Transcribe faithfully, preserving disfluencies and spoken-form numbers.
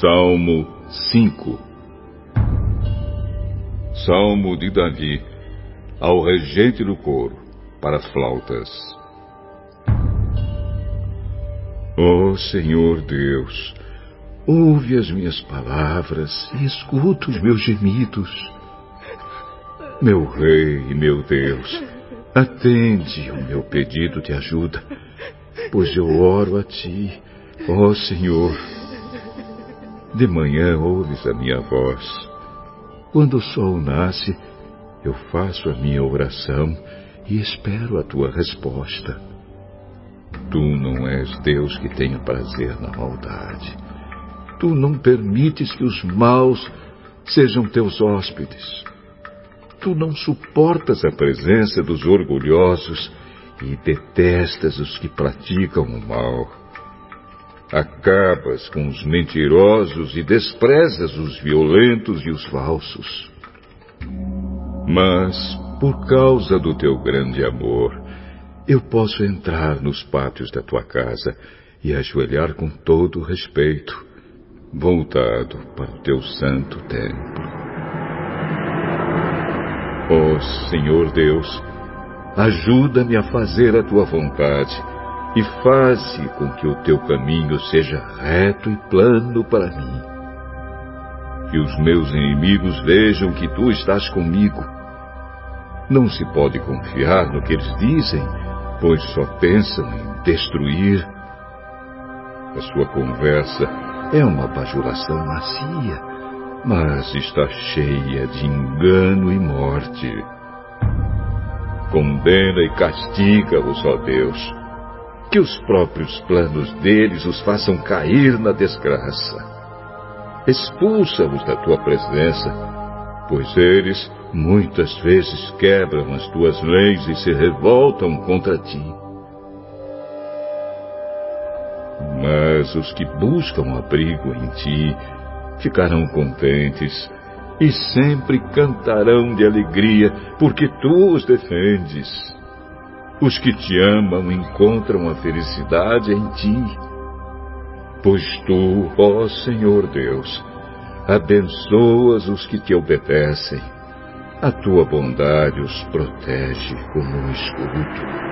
Salmo cinco. Salmo de Davi, ao regente do coro, para as flautas. Ó Senhor Deus, ouve as minhas palavras e escuta os meus gemidos. Meu Rei e meu Deus, atende o meu pedido de ajuda, pois eu oro a Ti, ó Senhor. De manhã ouves a minha voz. Quando o sol nasce, eu faço a minha oração e espero a Tua resposta. Tu não és Deus que tenha prazer na maldade. Tu não permites que os maus sejam Teus hóspedes. Tu não suportas a presença dos orgulhosos e detestas os que praticam o mal. Acabas com os mentirosos e desprezas os violentos e os falsos. Mas, por causa do Teu grande amor, eu posso entrar nos pátios da Tua casa e ajoelhar com todo respeito, voltado para o Teu santo templo. Ó Senhor Deus, ajuda-me a fazer a Tua vontade e faze com que o Teu caminho seja reto e plano para mim. Que os meus inimigos vejam que Tu estás comigo. Não se pode confiar no que eles dizem, pois só pensam em destruir. A sua conversa é uma bajulação macia, mas está cheia de engano e morte. Condena e castiga-os, ó Deus, que os próprios planos deles os façam cair na desgraça. Expulsa-os da Tua presença, pois eles muitas vezes quebram as Tuas leis e se revoltam contra Ti. Mas os que buscam abrigo em Ti ficarão contentes e sempre cantarão de alegria, porque Tu os defendes. Os que Te amam encontram a felicidade em Ti, pois Tu, ó Senhor Deus, abençoas os que Te obedecem. A Tua bondade os protege como um escudo.